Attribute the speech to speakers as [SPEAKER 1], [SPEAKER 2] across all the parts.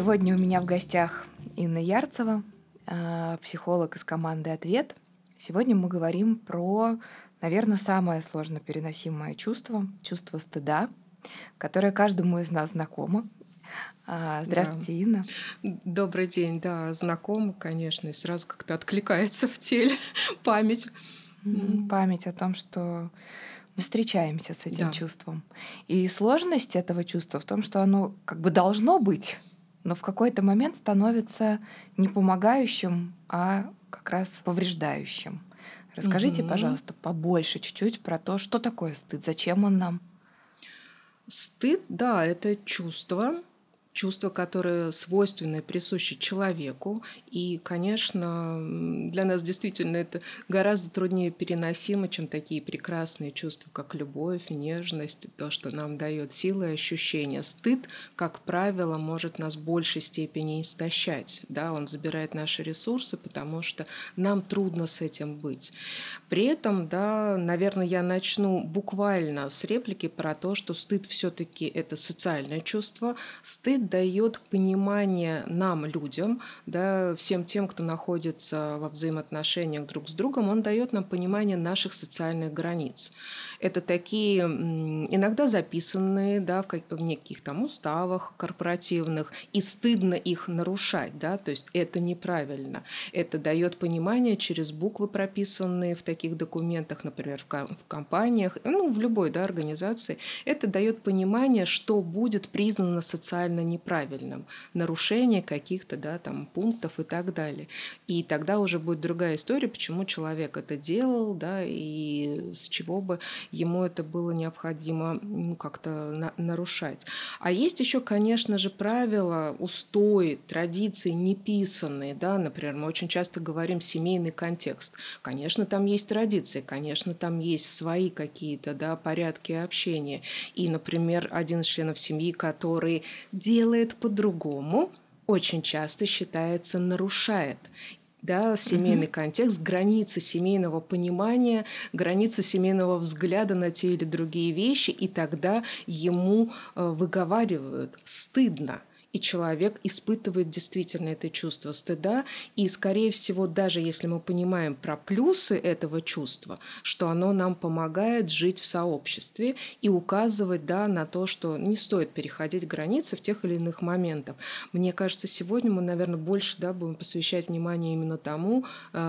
[SPEAKER 1] Сегодня у меня в гостях Инна Ярцева, психолог из команды «Ответ». Сегодня мы говорим про, наверное, самое сложно переносимое чувство — чувство стыда, которое каждому из нас знакомо.
[SPEAKER 2] Да.
[SPEAKER 1] Здравствуйте, Инна.
[SPEAKER 2] Добрый день. Да, знакомо, конечно, и сразу как-то откликается в теле память.
[SPEAKER 1] Память о том, что мы встречаемся с этим
[SPEAKER 2] Да.
[SPEAKER 1] чувством. И сложность этого чувства в том, что оно как бы должно быть, но в какой-то момент становится не помогающим, а как раз повреждающим. Расскажите,
[SPEAKER 2] Мгм.
[SPEAKER 1] пожалуйста, побольше чуть-чуть про то, что такое стыд, зачем он нам.
[SPEAKER 2] Стыд, да, это чувство, которое свойственно и присуще человеку. И, конечно, для нас действительно это гораздо труднее переносимо, чем такие прекрасные чувства, как любовь, нежность, то, что нам дает силы и ощущения. Стыд, как правило, может нас в большей степени истощать. Да? Он забирает наши ресурсы, потому что нам трудно с этим быть. При этом, да, наверное, я начну буквально с реплики про то, что стыд все-таки это социальное чувство. Стыд дает понимание нам, людям, да, всем тем, кто находится во взаимоотношениях друг с другом, он дает нам понимание наших социальных границ. Это такие иногда записанные, да, в неких там уставах корпоративных, и стыдно их нарушать, да, то есть это неправильно. Это дает понимание через буквы, прописанные в таких документах, например, в компаниях, в любой, да, организации. Это дает понимание, что будет признано социально неправильным, нарушение каких-то, да, там, пунктов и так далее. И тогда уже будет другая история, почему человек это делал, да, и с чего бы ему это было необходимо как-то нарушать. А есть еще, конечно же, правила, устои, традиции неписанные, да, например, мы очень часто говорим семейный контекст. Конечно, там есть традиции, конечно, там есть свои какие-то, да, порядки общения. И, например, один из членов семьи, который делает по-другому, очень часто считается нарушает, да, семейный контекст, границы семейного понимания, границы семейного взгляда на те или другие вещи, и тогда ему выговаривают «стыдно». И человек испытывает действительно это чувство стыда. И, скорее всего, даже если мы понимаем про плюсы этого чувства, что оно нам помогает жить в сообществе и указывать, да, на то, что не стоит переходить границы в тех или иных моментах. Мне кажется, сегодня мы, наверное, больше, да, будем посвящать внимание именно тому,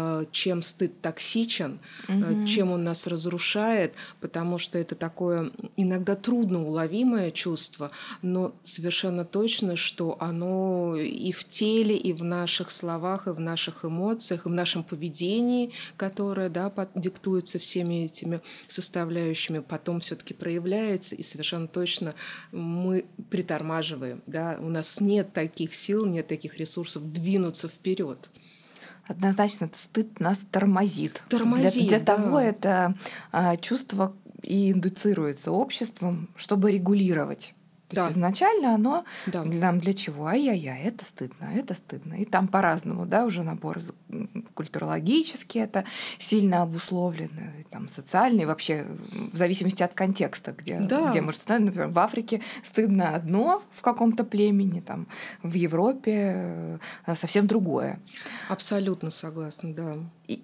[SPEAKER 2] чем стыд токсичен, чем он нас разрушает, потому что это такое иногда трудноуловимое чувство, но совершенно точно, что оно и в теле, и в наших словах, и в наших эмоциях, и в нашем поведении, которое, да, диктуется всеми этими составляющими, потом все-таки проявляется, и совершенно точно мы притормаживаем. Да? У нас нет таких сил, нет таких ресурсов двинуться вперед.
[SPEAKER 1] Однозначно, стыд нас тормозит.
[SPEAKER 2] Тормозит,
[SPEAKER 1] Для
[SPEAKER 2] да.
[SPEAKER 1] того это чувство и индуцируется обществом, чтобы регулировать. То есть изначально оно нам для чего? Ай-яй-яй, это стыдно, это стыдно. И там по-разному, да, уже набор культурологически это сильно обусловлено, там социальный, вообще в зависимости от контекста, где может стать, например, в Африке стыдно одно в каком-то племени, там в Европе совсем другое.
[SPEAKER 2] Абсолютно согласна, да.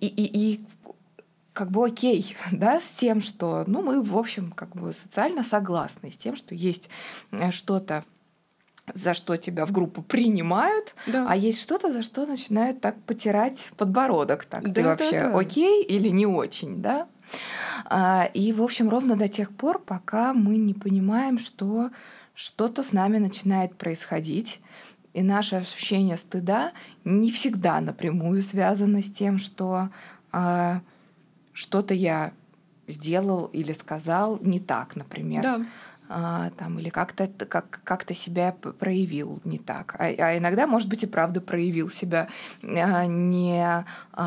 [SPEAKER 1] И как бы окей, да, с тем, что, мы, в общем, как бы социально согласны с тем, что есть что-то, за что тебя в группу принимают, а есть что-то, за что начинают так потирать подбородок. Так, ты вообще окей или не очень, да? И, в общем, ровно до тех пор, пока мы не понимаем, что что-то с нами начинает происходить, и наше ощущение стыда не всегда напрямую связано с тем, что что-то я сделал или сказал не так, например. Или как-то себя проявил не так. А иногда, может быть, и правда проявил себя не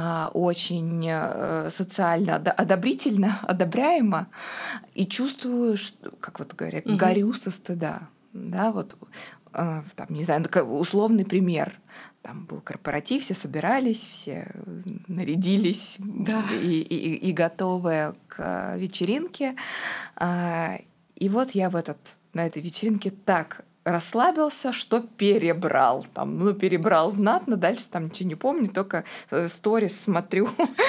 [SPEAKER 1] очень социально одобрительно, одобряемо, и чувствую, что, как вот говорят, горю со стыда. Да, вот, там, не знаю, условный пример. Там был корпоратив, все собирались, все нарядились и готовы к вечеринке. И вот я на этой вечеринке так расслабился, что перебрал. Там, ну, перебрал знатно, дальше там ничего не помню, только сторис смотрю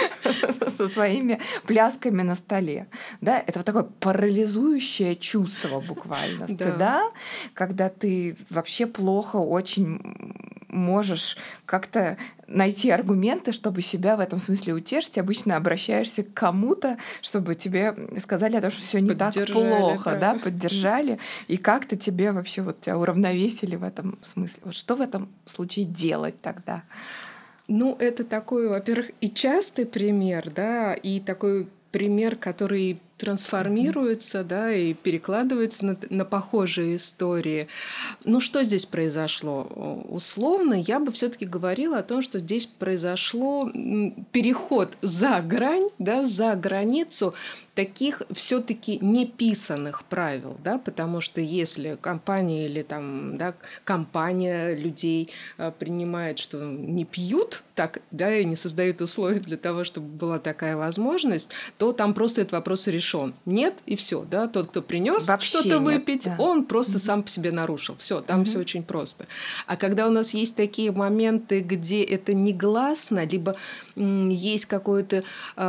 [SPEAKER 1] со своими плясками на столе. Да, это вот такое парализующее чувство буквально стыда, когда ты вообще плохо очень можешь как-то найти аргументы, чтобы себя в этом смысле утешить. Обычно обращаешься к кому-то, чтобы тебе сказали о том, что все не так плохо, да, поддержали, и как-то тебе вообще вот тебя уравновесили в этом смысле. Вот что в этом случае делать тогда?
[SPEAKER 2] Ну, это такой, во-первых, и частый пример, да, и такой пример, который трансформируется, да, и перекладывается на похожие истории. Ну, что здесь произошло? Условно, я бы все-таки говорила о том, что здесь произошло переход за грань, да, за границу таких все-таки неписанных правил, да, потому что если компания или там, да, компания людей принимает, что не пьют, так, да, и не создают условия для того, чтобы была такая возможность, то там просто этот вопрос решен. Нет, и все, да, тот, кто принес что-то выпить, да. Он просто сам по себе нарушил. Все, там все очень просто. А когда у нас есть такие моменты, где это негласно, либо есть какое-то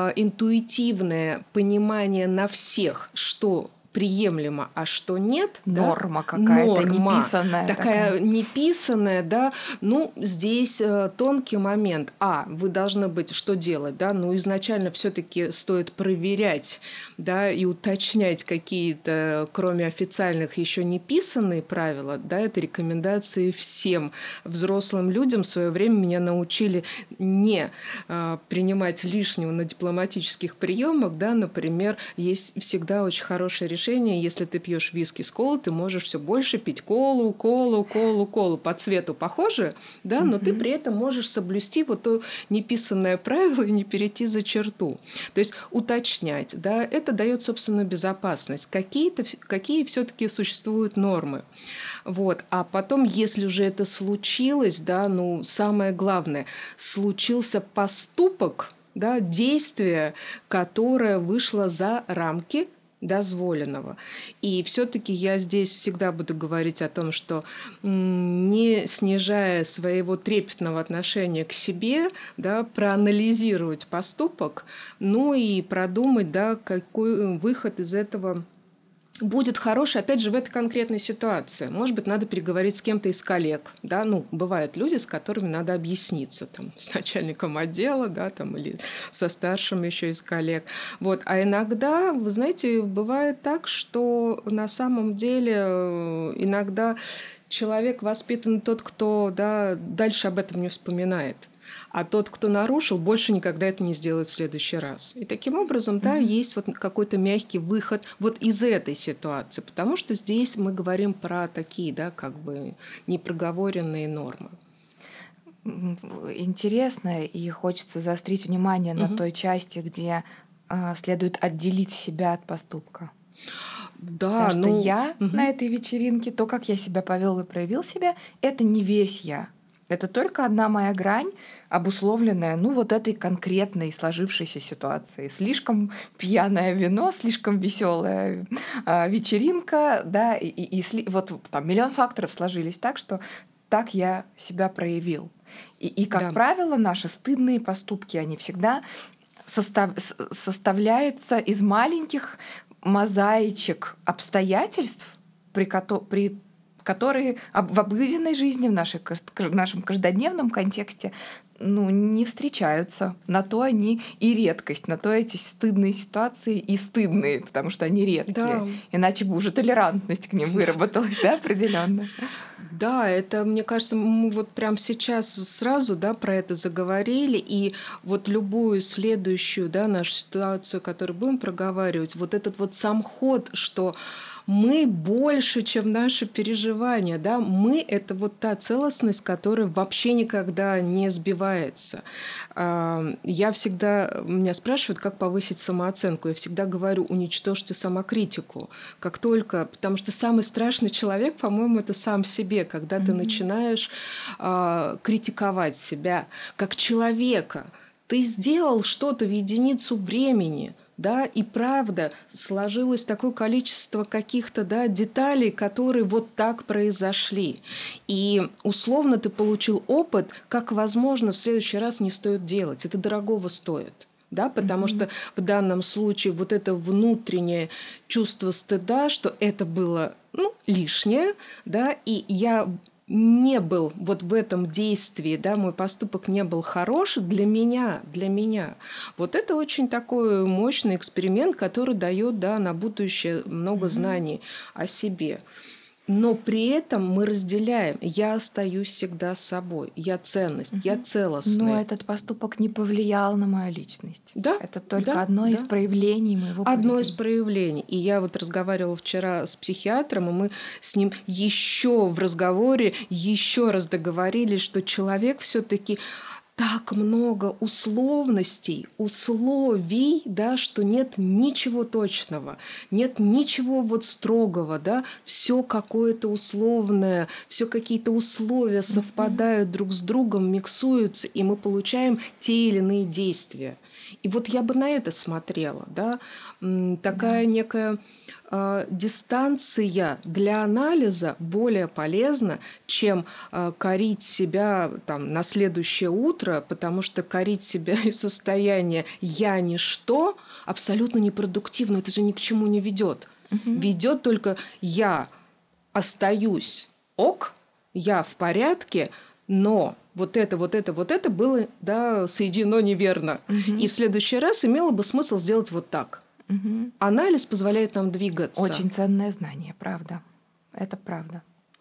[SPEAKER 2] интуитивное понимание на всех, что приемлемо, а что нет.
[SPEAKER 1] Норма, да? Какая-то неписанная.
[SPEAKER 2] Такая неписанная, да. Ну, здесь тонкий момент. Вы должны быть, что делать, да? Ну, изначально все-таки стоит проверять, да, и уточнять какие-то, кроме официальных, еще не писанные правила, да, это рекомендации всем взрослым людям. В свое время меня научили не принимать лишнего на дипломатических приемах, да, например, есть всегда очень хорошее решение. Если ты пьешь виски с колой, ты можешь все больше пить колу. По цвету похоже, да, но ты при этом можешь соблюсти вот то неписанное правило и не перейти за черту. То есть уточнять, да, это дает собственную безопасность. Какие все-таки существуют нормы. Вот. А потом, если уже это случилось, да, ну, самое главное, случился поступок, да, действие, которое вышло за рамки дозволенного. И все-таки я здесь всегда буду говорить о том, что не снижая своего трепетного отношения к себе, да, проанализировать поступок, ну и продумать, да, какой выход из этого будет хороший, опять же, в этой конкретной ситуации. Может быть, надо переговорить с кем-то из коллег. Да? Ну, бывают люди, с которыми надо объясниться. Там, с начальником отдела, да, там, или со старшим еще из коллег. Вот. А иногда, вы знаете, бывает так, что на самом деле иногда человек воспитан тот, кто, да, дальше об этом не вспоминает. А тот, кто нарушил, больше никогда это не сделает в следующий раз. И таким образом, да, есть вот какой-то мягкий выход вот из этой ситуации, потому что здесь мы говорим про такие, да, как бы непроговоренные нормы.
[SPEAKER 1] Интересно, и хочется заострить внимание на той части, где следует отделить себя от поступка.
[SPEAKER 2] Да,
[SPEAKER 1] потому что я на этой вечеринке, то, как я себя повел и проявил себя, это не весь я. Это только одна моя грань, обусловленная, ну, вот этой конкретной сложившейся ситуацией. Слишком пьяное вино, слишком веселая вечеринка, да, и вот там миллион факторов сложились так, что так я себя проявил. И как правило, наши стыдные поступки, они всегда составляются из маленьких мозаичек обстоятельств, при которые в обыденной жизни, в нашем каждодневном контексте, ну, не встречаются. На то они и редкость, на то эти стыдные ситуации и стыдные, потому что они редкие. Да. Иначе бы уже толерантность к ним выработалась, да, определенно.
[SPEAKER 2] Да, это, мне кажется, мы вот прямо сейчас сразу, да, про это заговорили, и вот любую следующую, да, нашу ситуацию, которую будем проговаривать, вот этот вот сам ход, что мы больше, чем наши переживания, да, мы — это вот та целостность, которая вообще никогда не сбивается. Я всегда, меня спрашивают, как повысить самооценку, я всегда говорю, уничтожьте самокритику, как только, потому что самый страшный человек, по-моему, это сам себе, когда ты начинаешь критиковать себя как человека. Ты сделал что-то в единицу времени, да, и правда сложилось такое количество каких-то, да, деталей, которые вот так произошли. И условно ты получил опыт, как, возможно, в следующий раз не стоит делать. Это дорогого стоит. Да, потому что в данном случае вот это внутреннее чувство стыда, что это было лишнее, да, и я не был вот в этом действии, да, мой поступок не был хорош для меня. Вот это очень такой мощный эксперимент, который дает, да, на будущее много знаний о себе. Но при этом мы разделяем. Я остаюсь всегда собой. Я ценность, я целостный.
[SPEAKER 1] Но этот поступок не повлиял на мою личность.
[SPEAKER 2] Да,
[SPEAKER 1] это только одно из проявлений моего поведения.
[SPEAKER 2] Одно из проявлений. И я вот разговаривала вчера с психиатром, и мы с ним еще в разговоре еще раз договорились, что человек все-таки так много условностей, условий, да, что нет ничего точного, нет ничего вот строгого, да, все какое-то условное, все какие-то условия совпадают друг с другом, миксуются, и мы получаем те или иные действия. И вот я бы на это смотрела, да, такая некая дистанция для анализа более полезна, чем корить себя там, на следующее утро, потому что корить себя из состояния «я ничто» абсолютно непродуктивно, это же ни к чему не ведет. Ведет только «я остаюсь ок», «я в порядке», но вот это было, да, соединено неверно. И в следующий раз имело бы смысл сделать вот так. Анализ позволяет нам двигаться.
[SPEAKER 1] Очень ценное знание, правда. Это правда.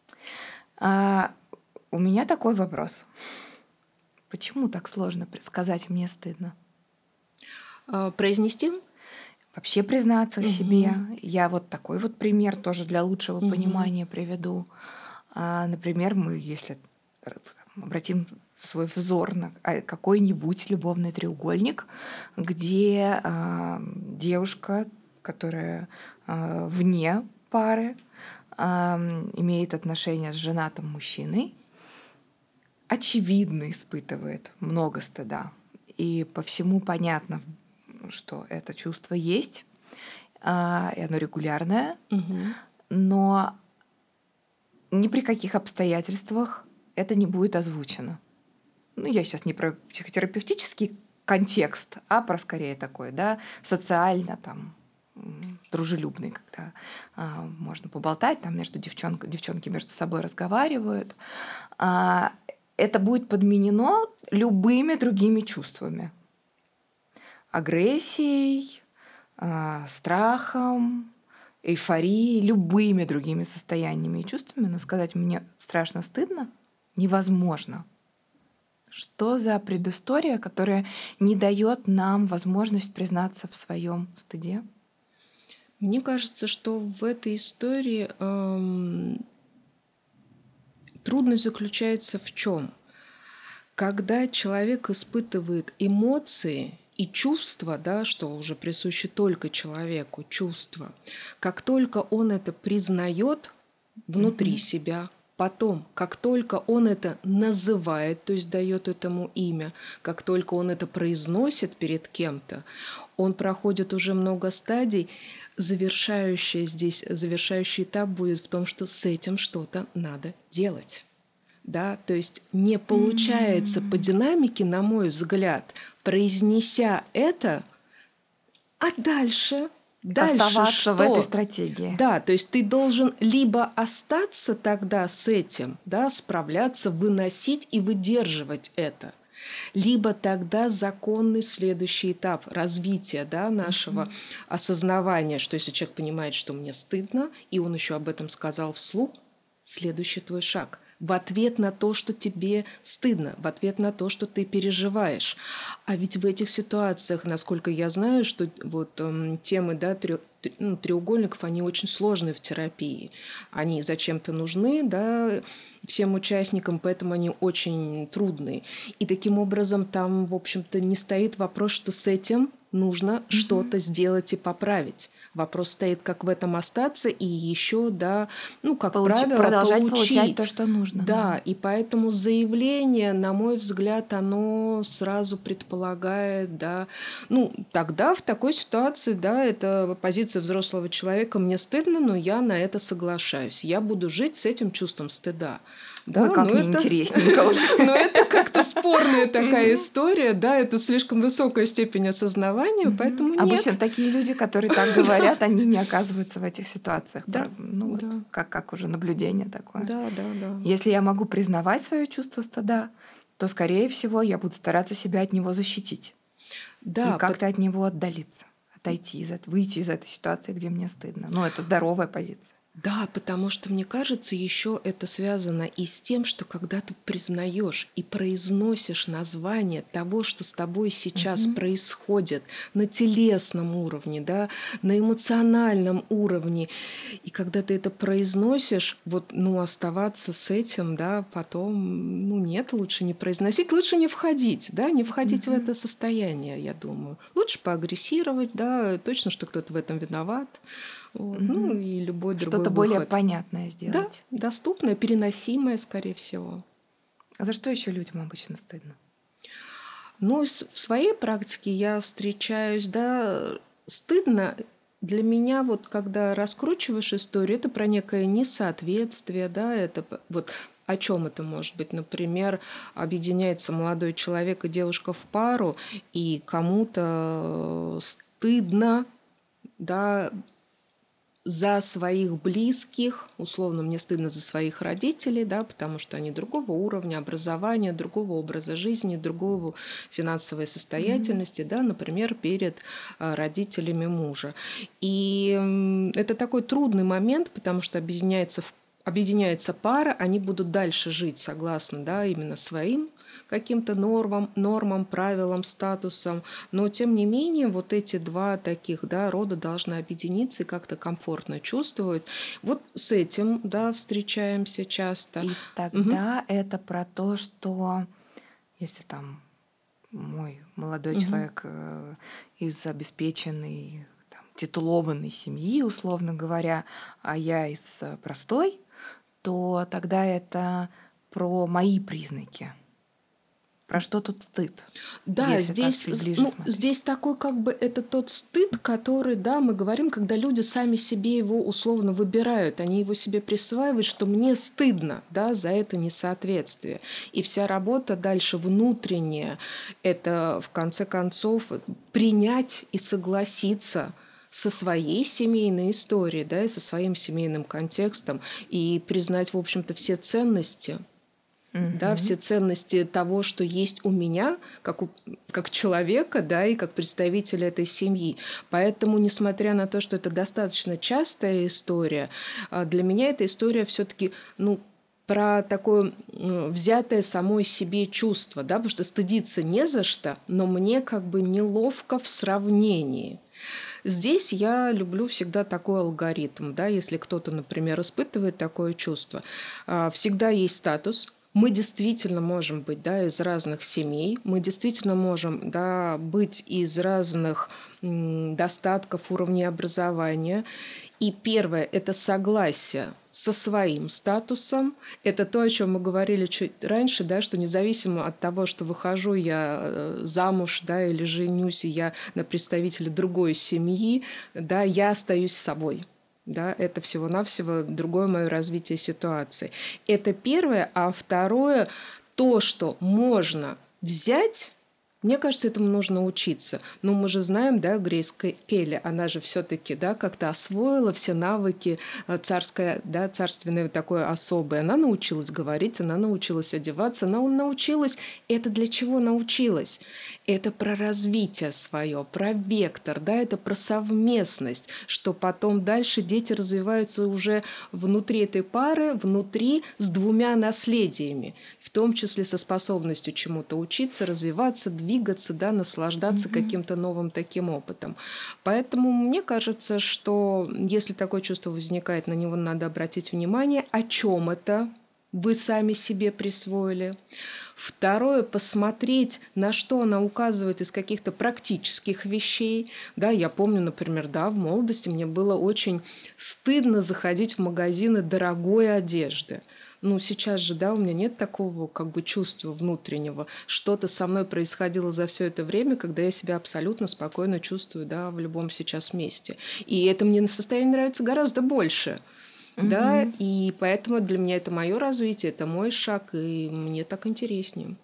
[SPEAKER 1] У меня такой вопрос. Почему так сложно сказать «мне стыдно»?
[SPEAKER 2] Произнести?
[SPEAKER 1] Вообще признаться себе. Я вот такой вот пример тоже для лучшего понимания приведу. Например, мы, если обратим свой взор на какой-нибудь любовный треугольник, где девушка, которая вне пары, имеет отношения с женатым мужчиной, очевидно испытывает много стыда. И по всему понятно, что это чувство есть, и оно регулярное, но ни при каких обстоятельствах это не будет озвучено. Я сейчас не про психотерапевтический контекст, а про скорее такой, да, социально там дружелюбный, когда можно поболтать, там девчонки между собой разговаривают. Это будет подменено любыми другими чувствами. Агрессией, страхом, эйфорией, любыми другими состояниями и чувствами. Но сказать «мне страшно стыдно» невозможно. Что за предыстория, которая не дает нам возможность признаться в своем стыде?
[SPEAKER 2] Мне кажется, что в этой истории трудность заключается в чем? Когда человек испытывает эмоции и чувства, да, что уже присуще только человеку, чувства, как только он это признает внутри себя, потом, как только он это называет, то есть дает этому имя, как только он это произносит перед кем-то, он проходит уже много стадий. Завершающий этап будет в том, что с этим что-то надо делать. Да? То есть не получается по динамике, на мой взгляд, произнеся это, а дальше
[SPEAKER 1] оставаться
[SPEAKER 2] что?
[SPEAKER 1] В этой стратегии.
[SPEAKER 2] Да, то есть ты должен либо остаться тогда с этим, да, справляться, выносить и выдерживать это, либо тогда законный следующий этап развития, да, нашего осознавания, что если человек понимает, что мне стыдно, и он еще об этом сказал вслух, следующий твой шаг – в ответ на то, что тебе стыдно, в ответ на то, что ты переживаешь. А ведь в этих ситуациях, насколько я знаю, что вот темы, да, треугольников, они очень сложные в терапии. Они зачем-то нужны, да, всем участникам, поэтому они очень трудные. И таким образом там, в общем-то, не стоит вопрос, что с этим нужно что-то сделать и поправить. Вопрос стоит, как в этом остаться и еще, да, ну, как правило,
[SPEAKER 1] продолжать
[SPEAKER 2] получить.
[SPEAKER 1] получать то, что нужно.
[SPEAKER 2] Да, и поэтому заявление, на мой взгляд, оно сразу предполагает, да, ну, тогда в такой ситуации, да, это позиция взрослого человека, мне стыдно, но я на это соглашаюсь. Я буду жить с этим чувством стыда. Да,
[SPEAKER 1] ой, как неинтересненько уже.
[SPEAKER 2] Но это как-то спорная такая история, да, это слишком высокая степень осознавания, поэтому нет.
[SPEAKER 1] Обычно такие люди, которые так говорят, они не оказываются в этих ситуациях.
[SPEAKER 2] Да,
[SPEAKER 1] ну
[SPEAKER 2] да.
[SPEAKER 1] вот как уже наблюдение такое.
[SPEAKER 2] Да.
[SPEAKER 1] Если я могу признавать свое чувство стыда, то, скорее всего, я буду стараться себя от него защитить.
[SPEAKER 2] Да,
[SPEAKER 1] и как-то от него отдалиться, отойти выйти из этой ситуации, где мне стыдно. Ну, это здоровая позиция.
[SPEAKER 2] Да, потому что, мне кажется, еще это связано и с тем, что когда ты признаешь и произносишь название того, что с тобой сейчас происходит на телесном уровне, да, на эмоциональном уровне, и когда ты это произносишь, вот, ну, оставаться с этим, да, потом, ну, нет, лучше не произносить, лучше не входить, да, не входить в это состояние, я думаю. Лучше поагрессировать, да, точно, что кто-то в этом виноват. Вот. Ну и любой другой
[SPEAKER 1] что-то
[SPEAKER 2] выход.
[SPEAKER 1] более понятное сделать.
[SPEAKER 2] Да, доступное, переносимое, скорее всего.
[SPEAKER 1] А за что еще людям обычно стыдно?
[SPEAKER 2] Ну, в своей практике я встречаюсь, да, стыдно для меня, вот когда раскручиваешь историю, это про некое несоответствие, да, это вот о чем это может быть? Например, объединяется молодой человек и девушка в пару, и кому-то стыдно, да, за своих близких, условно, мне стыдно за своих родителей, да, потому что они другого уровня образования, другого образа жизни, другого финансовой состоятельности, да, например, перед родителями мужа. И это такой трудный момент, потому что объединяется пара, они будут дальше жить согласно, да, именно своим каким-то нормам, правилам, статусам. Но, тем не менее, вот эти два таких, да, рода должны объединиться и как-то комфортно чувствовать. Вот с этим, да, встречаемся часто.
[SPEAKER 1] И тогда это про то, что если там мой молодой человек из обеспеченной, там, титулованной семьи, условно говоря, а я из простой, то тогда это про мои признаки. Про что тут стыд?
[SPEAKER 2] Да, здесь такой как бы это тот стыд, который, да, мы говорим, когда люди сами себе его условно выбирают, они его себе присваивают, что мне стыдно, да, за это несоответствие. И вся работа дальше внутренняя, это в конце концов принять и согласиться со своей семейной историей, да, и со своим семейным контекстом, и признать, в общем-то, все ценности, да, все ценности того, что есть у меня, как человека, да, и как представителя этой семьи. Поэтому, несмотря на то, что это достаточно частая история, для меня эта история все-таки, ну, про такое взятое самой себе чувство, да, потому что стыдиться не за что, но мне как бы неловко в сравнении. Здесь я люблю всегда такой алгоритм, да, если кто-то, например, испытывает такое чувство. Всегда есть статус. Мы действительно можем быть, да, из разных семей, мы действительно можем, да, быть из разных достатков, уровней образования. И первое – это согласие со своим статусом. Это то, о чем мы говорили чуть раньше, да, что независимо от того, что выхожу я замуж, да, или женюсь, и я на представителя другой семьи, да, я остаюсь собой. Да, это всего-навсего другое мое развитие ситуации. Это первое. А второе, то, что можно взять, мне кажется, этому нужно учиться. Но мы же знаем, да, Грейс Келли, она же все-таки, да, как-то освоила все навыки царственное такое особое. Она научилась говорить, она научилась одеваться, она научилась. Это для чего научилась? Это про развитие свое, про вектор, да, это про совместность, что потом дальше дети развиваются уже внутри этой пары, внутри с двумя наследиями, в том числе со способностью чему-то учиться, развиваться, двигаться, да, наслаждаться каким-то новым таким опытом. Поэтому мне кажется, что если такое чувство возникает, на него надо обратить внимание, о чем это, вы сами себе присвоили. Второе, посмотреть, на что она указывает из каких-то практических вещей. Да, я помню, например, да, в молодости мне было очень стыдно заходить в магазины дорогой одежды. Ну, сейчас же, да, у меня нет такого как бы чувства внутреннего. Что-то со мной происходило за все это время, когда я себя абсолютно спокойно чувствую, да, в любом сейчас месте. И это мне на состоянии нравится гораздо больше. Да, и поэтому для меня это мое развитие, это мой шаг, и мне так интереснее.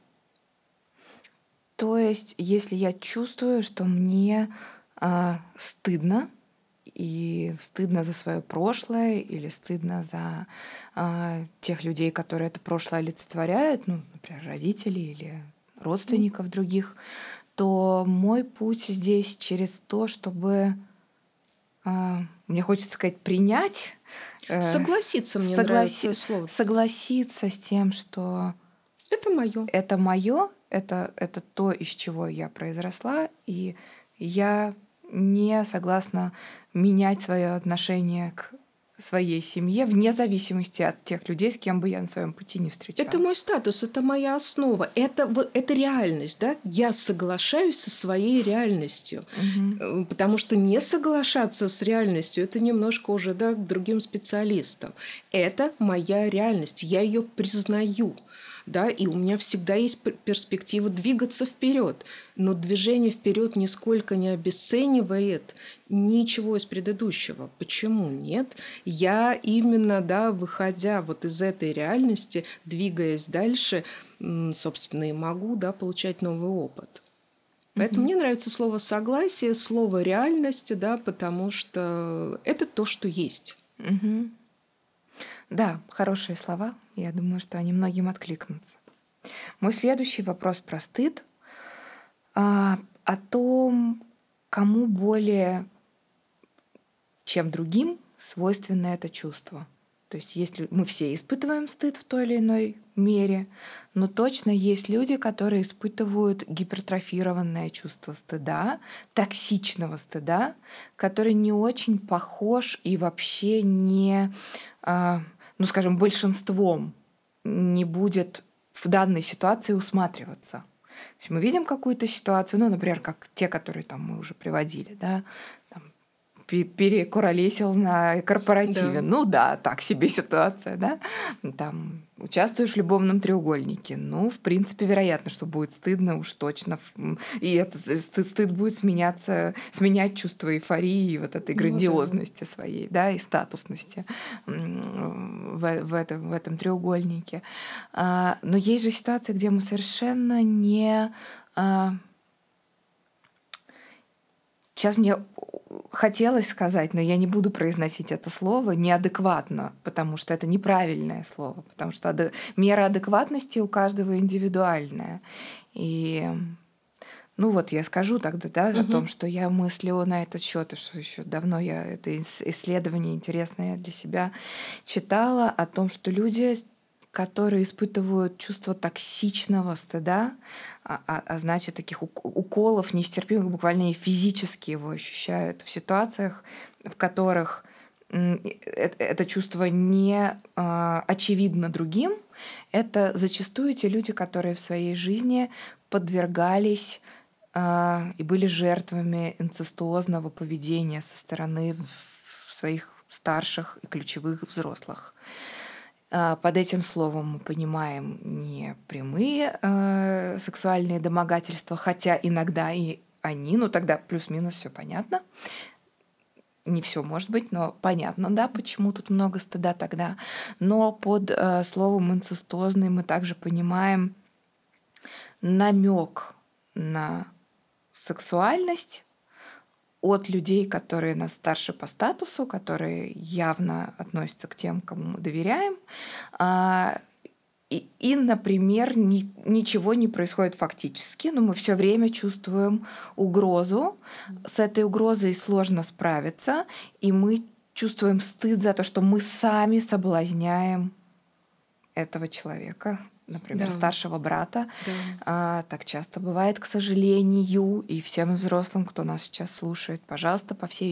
[SPEAKER 1] То есть, если я чувствую, что мне стыдно, и стыдно за свое прошлое, или стыдно за тех людей, которые это прошлое олицетворяют, ну, например, родителей или родственников других, то мой путь здесь через то, чтобы, мне хочется сказать, принять,
[SPEAKER 2] Согласиться, мне нравится слово.
[SPEAKER 1] согласиться с тем, что
[SPEAKER 2] Это мое.
[SPEAKER 1] это мое, это то, из чего я произросла, и я не согласна менять свое отношение к своей семье вне зависимости от тех людей, с кем бы я на своем пути не встречалась.
[SPEAKER 2] Это мой статус, это моя основа, это реальность, да? Я соглашаюсь со своей реальностью, потому что не соглашаться с реальностью — это немножко уже, да, к другим специалистам. Это моя реальность, я ее признаю. Да, и у меня всегда есть перспектива двигаться вперед, но движение вперед нисколько не обесценивает ничего из предыдущего. Почему нет? Я именно, да, выходя вот из этой реальности, двигаясь дальше, собственно, и могу, да, получать новый опыт. Поэтому мне нравится слово «согласие», слово «реальность», да, потому что это то, что есть.
[SPEAKER 1] Да, хорошие слова. Я думаю, что они многим откликнутся. Мой следующий вопрос про стыд. О том, кому более, чем другим, свойственно это чувство. То есть если мы все испытываем стыд в той или иной мере, но точно есть люди, которые испытывают гипертрофированное чувство стыда, токсичного стыда, который не очень похож и вообще не, ну, скажем, большинством не будет в данной ситуации усматриваться. То есть мы видим какую-то ситуацию, ну, например, как те, которые там мы уже приводили, да, там, перекуролесил на корпоративе.
[SPEAKER 2] Да.
[SPEAKER 1] Ну да, так себе ситуация, да. Там участвуешь в любовном треугольнике. Ну, в принципе, вероятно, что будет стыдно уж точно. И этот стыд будет сменять чувство эйфории и вот этой грандиозности своей, да, и статусности в этом треугольнике. Но есть же ситуации, где мы совершенно не... Сейчас мне хотелось сказать, но я не буду произносить это слово неадекватно, потому что это неправильное слово, потому что мера адекватности у каждого индивидуальная. И ну вот я скажу тогда, да, о том, что я мыслю на этот счет, и что еще давно я это исследование интересное для себя читала, о том, что люди, которые испытывают чувство токсичного стыда, значит, таких уколов нестерпимых, буквально и физически его ощущают в ситуациях, в которых это чувство не очевидно другим. Это зачастую те люди, которые в своей жизни подвергались и были жертвами инцестуозного поведения со стороны своих старших и ключевых взрослых. Под этим словом мы понимаем не прямые сексуальные домогательства, хотя иногда и они, ну тогда плюс-минус все понятно. Не все может быть, но понятно, да, почему тут много стыда тогда. Но под словом инцестуозный мы также понимаем намек на сексуальность от людей, которые нас старше по статусу, которые явно относятся к тем, кому мы доверяем. И, например, ничего не происходит фактически, но мы все время чувствуем угрозу. С этой угрозой сложно справиться, и мы чувствуем стыд за то, что мы сами соблазняем этого человека например,
[SPEAKER 2] Да.
[SPEAKER 1] старшего брата.
[SPEAKER 2] Да.
[SPEAKER 1] Так часто бывает, к сожалению, и всем взрослым, кто нас сейчас слушает, пожалуйста,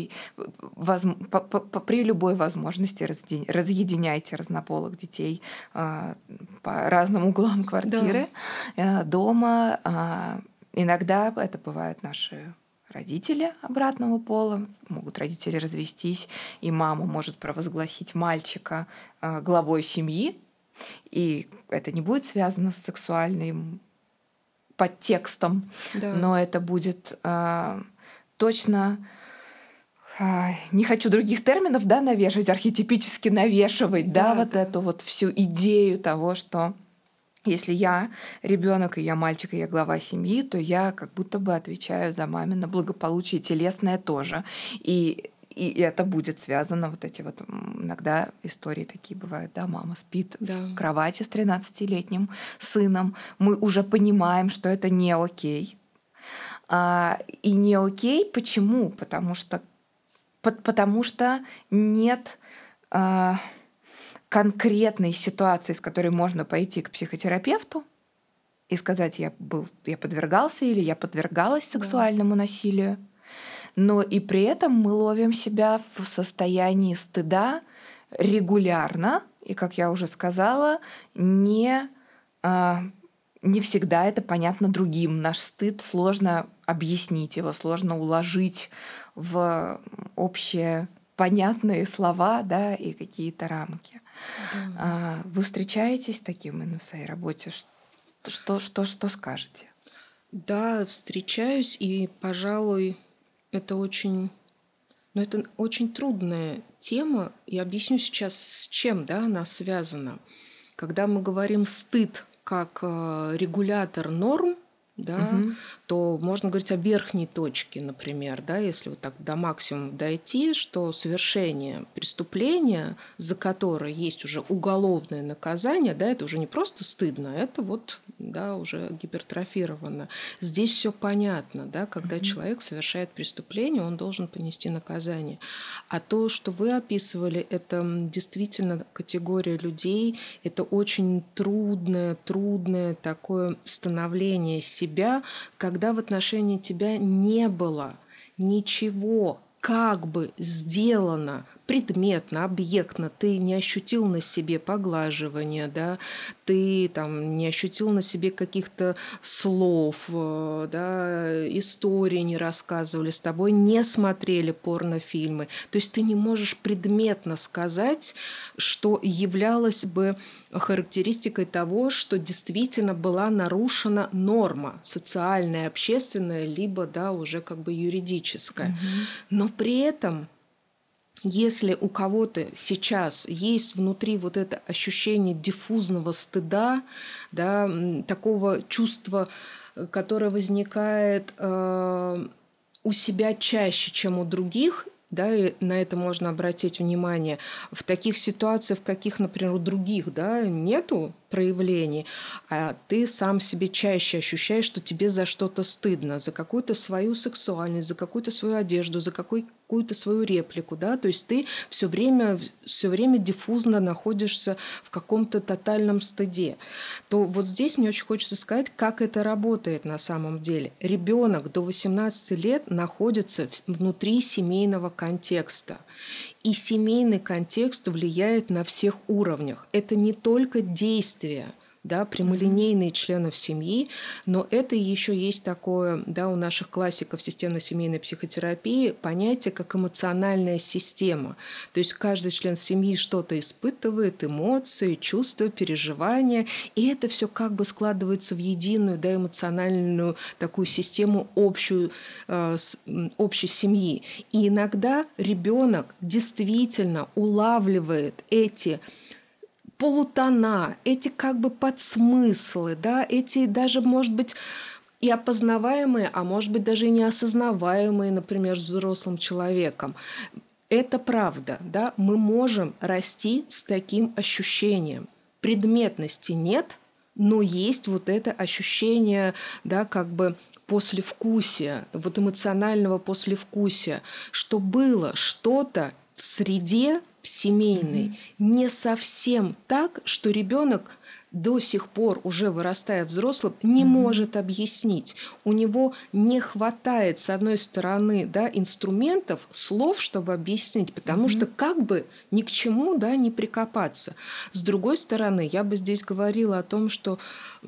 [SPEAKER 1] при любой возможности разъединяйте разнополых детей по разным углам квартиры, дома. Иногда это бывают наши родители обратного пола, могут родители развестись, и мама может провозгласить мальчика главой семьи, и это не будет связано с сексуальным подтекстом, но это будет точно... Не хочу других терминов, да, навешивать, архетипически навешивать, вот эту вот всю идею того, что если я ребенок и я мальчик, и я глава семьи, то я как будто бы отвечаю за мамино благополучие, телесное тоже. И это будет связано, вот эти вот иногда истории такие бывают, да, мама спит в кровати с 13-летним сыном, мы уже понимаем, что это не окей. И не окей почему? Потому что нет конкретной ситуации, с которой можно пойти к психотерапевту и сказать, я подвергался или я подвергалась сексуальному насилию, но и при этом мы ловим себя в состоянии стыда регулярно, и, как я уже сказала, не всегда это понятно другим. Наш стыд сложно объяснить, его сложно уложить в общие понятные слова, да, и какие-то рамки. Вы встречаетесь с таким в своей работе? Что скажете?
[SPEAKER 2] Да, встречаюсь, и, пожалуй, это очень трудная тема. Я объясню сейчас, с чем она связана. Когда мы говорим «стыд» как регулятор норм, то можно говорить о верхней точке, например, если вот так до максимума дойти, что совершение преступления, за которое есть уже уголовное наказание, это уже не просто стыдно, это вот уже гипертрофировано. Здесь все понятно, когда человек совершает преступление, он должен понести наказание. А то, что вы описывали, это действительно категория людей, это очень трудное такое становление себя, когда в отношении тебя не было ничего как бы сделано предметно, объектно, ты не ощутил на себе поглаживания, ты не ощутил на себе каких-то слов, истории не рассказывали, с тобой не смотрели порнофильмы. То есть ты не можешь предметно сказать, что являлось бы характеристикой того, что действительно была нарушена норма социальная, общественная, либо уже как бы юридическая. Но при этом если у кого-то сейчас есть внутри вот это ощущение диффузного стыда, такого чувства, которое возникает у себя чаще, чем у других, и на это можно обратить внимание, в таких ситуациях, в каких, например, у других нету проявлений, а ты сам себе чаще ощущаешь, что тебе за что-то стыдно, за какую-то свою сексуальность, за какую-то свою одежду, за какую-то свою реплику, то есть ты все время диффузно находишься в каком-то тотальном стыде. То вот здесь мне очень хочется сказать, как это работает на самом деле. Ребенок до 18 лет находится внутри семейного контекста. И семейный контекст влияет на всех уровнях. Это не только действия, прямолинейные членов семьи, но это еще есть такое, у наших классиков системно-семейной психотерапии понятие, как эмоциональная система. То есть каждый член семьи что-то испытывает, эмоции, чувства, переживания, и это все как бы складывается в единую, эмоциональную такую систему общей семьи. И иногда ребенок действительно улавливает эти полутона, эти как бы подсмыслы, эти даже, может быть, и опознаваемые, а может быть, даже и неосознаваемые, например, взрослым человеком. Это правда, мы можем расти с таким ощущением. Предметности нет, но есть вот это ощущение, как бы послевкусия, вот эмоционального послевкусия, что было что-то в среде семейной не совсем так, что ребенок до сих пор, уже вырастая взрослым, не может объяснить. У него не хватает, с одной стороны, да, инструментов, слов, чтобы объяснить, потому что как бы ни к чему, да, не прикопаться. С другой стороны, я бы здесь говорила о том, что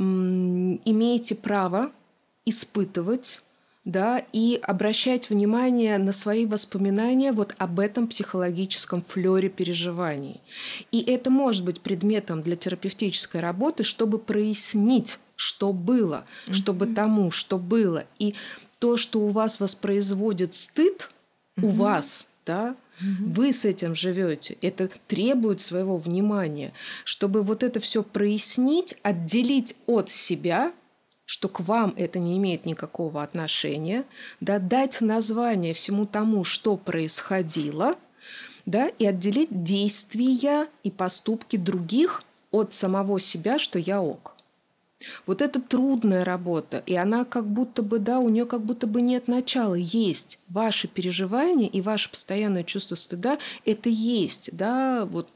[SPEAKER 2] имеете право испытывать, да, и обращать внимание на свои воспоминания вот об этом психологическом флёре переживаний. И это может быть предметом для терапевтической работы, чтобы прояснить, что было, чтобы тому, что было. И то, что у вас воспроизводит стыд, у вас, да, вы с этим живете, это требует своего внимания, чтобы вот это все прояснить, отделить от себя, что к вам это не имеет никакого отношения, да, дать название всему тому, что происходило, да, и отделить действия и поступки других от самого себя, что я ок. Вот это трудная работа, и она как будто бы, да, у нее как будто бы нет начала. Есть ваши переживания и ваше постоянное чувство стыда, это есть, да, вот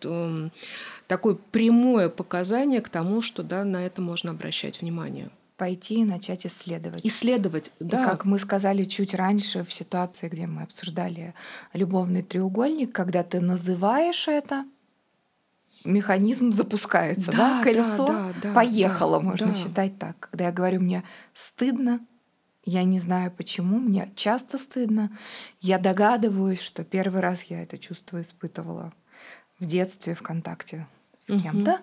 [SPEAKER 2] такое прямое показание к тому, что, да, на это можно обращать внимание.
[SPEAKER 1] Пойти и начать исследовать.
[SPEAKER 2] Исследовать, да.
[SPEAKER 1] И как мы сказали чуть раньше в ситуации, где мы обсуждали любовный треугольник, когда ты называешь это, механизм запускается, да? Колесо поехало, можно считать так. Когда я говорю, мне стыдно, я не знаю почему, мне часто стыдно, я догадываюсь, что первый раз я это чувство испытывала в детстве в контакте с кем-то,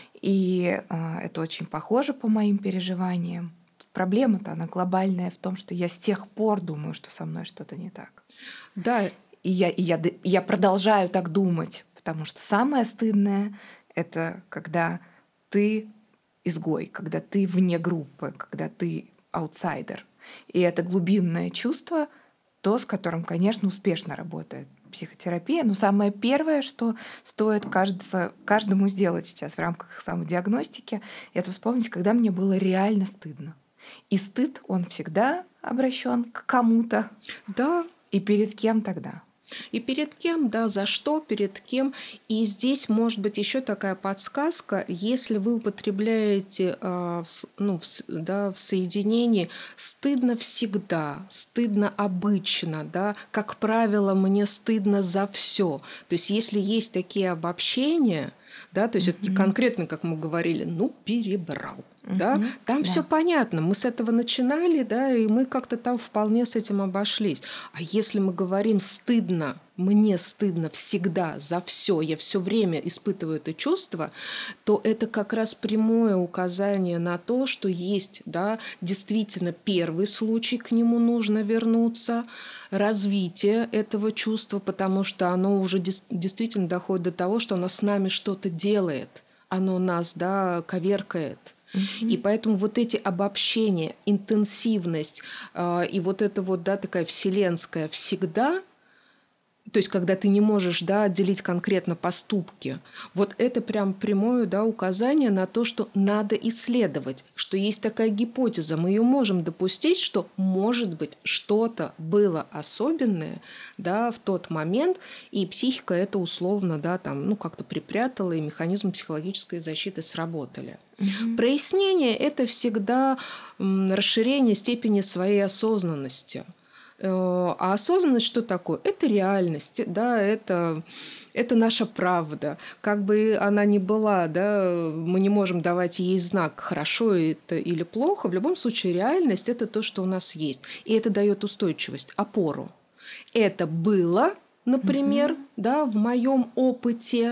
[SPEAKER 1] и это очень похоже по моим переживаниям. Проблема-то, она глобальная в том, что я с тех пор думаю, что со мной что-то не так.
[SPEAKER 2] Да.
[SPEAKER 1] И я продолжаю так думать, потому что самое стыдное — это когда ты изгой, когда ты вне группы, когда ты аутсайдер. И это глубинное чувство, то, с которым, конечно, успешно работает психотерапия. Но самое первое, что стоит, кажется, каждому сделать сейчас в рамках самодиагностики, это вспомнить, когда мне было реально стыдно. И стыд, он всегда обращен к кому-то.
[SPEAKER 2] Да.
[SPEAKER 1] И перед кем тогда?
[SPEAKER 2] И перед кем, да, за что, перед кем. И здесь может быть еще такая подсказка, если вы употребляете в соединении «стыдно всегда», «стыдно обычно», да, «как правило, мне стыдно за все». То есть если есть такие обобщения, да, то есть это конкретно, как мы говорили, перебрал. Да? Там все понятно. Мы с этого начинали, да, и мы как-то там вполне с этим обошлись. А если мы говорим стыдно, мне стыдно всегда за все, я все время испытываю это чувство, то это как раз прямое указание на то, что есть, да, действительно первый случай, к нему нужно вернуться, развитие этого чувства, потому что оно уже действительно доходит до того, что оно с нами что-то делает, оно нас, да, коверкает. И поэтому вот эти обобщения, интенсивность и вот это вот, да, такая вселенская всегда, то есть когда ты не можешь, да, отделить конкретно поступки, вот это прям прямое, да, указание на то, что надо исследовать, что есть такая гипотеза, мы ее можем допустить, что, может быть, что-то было особенное, да, в тот момент, и психика это условно, да, там, как-то припрятала, и механизмы психологической защиты сработали. Прояснение – это всегда расширение степени своей осознанности. А осознанность что такое? Это реальность, да, это наша правда. Как бы она ни была, да, мы не можем давать ей знак, хорошо это или плохо. В любом случае реальность – это то, что у нас есть. И это дает устойчивость, опору. Это было, например, да, в моем опыте.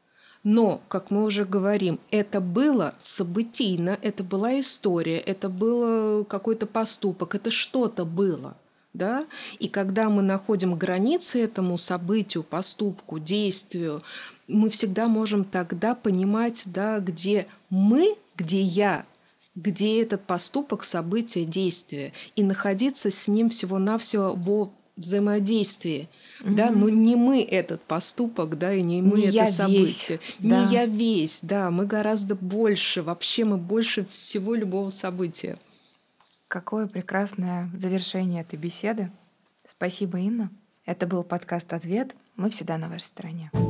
[SPEAKER 2] Но, как мы уже говорим, это было событийно, это была история, это был какой-то поступок, это что-то было. Да? И когда мы находим границы этому событию, поступку, действию, мы всегда можем тогда понимать, да, где мы, где я, где этот поступок, событие, действие, и находиться с ним всего-навсего во взаимодействии. Да? Но не мы этот поступок, да, и не мы это событие. Не я весь, да, мы гораздо больше, вообще мы больше всего любого события.
[SPEAKER 1] Какое прекрасное завершение этой беседы. Спасибо, Инна. Это был подкаст «Ответ». Мы всегда на вашей стороне.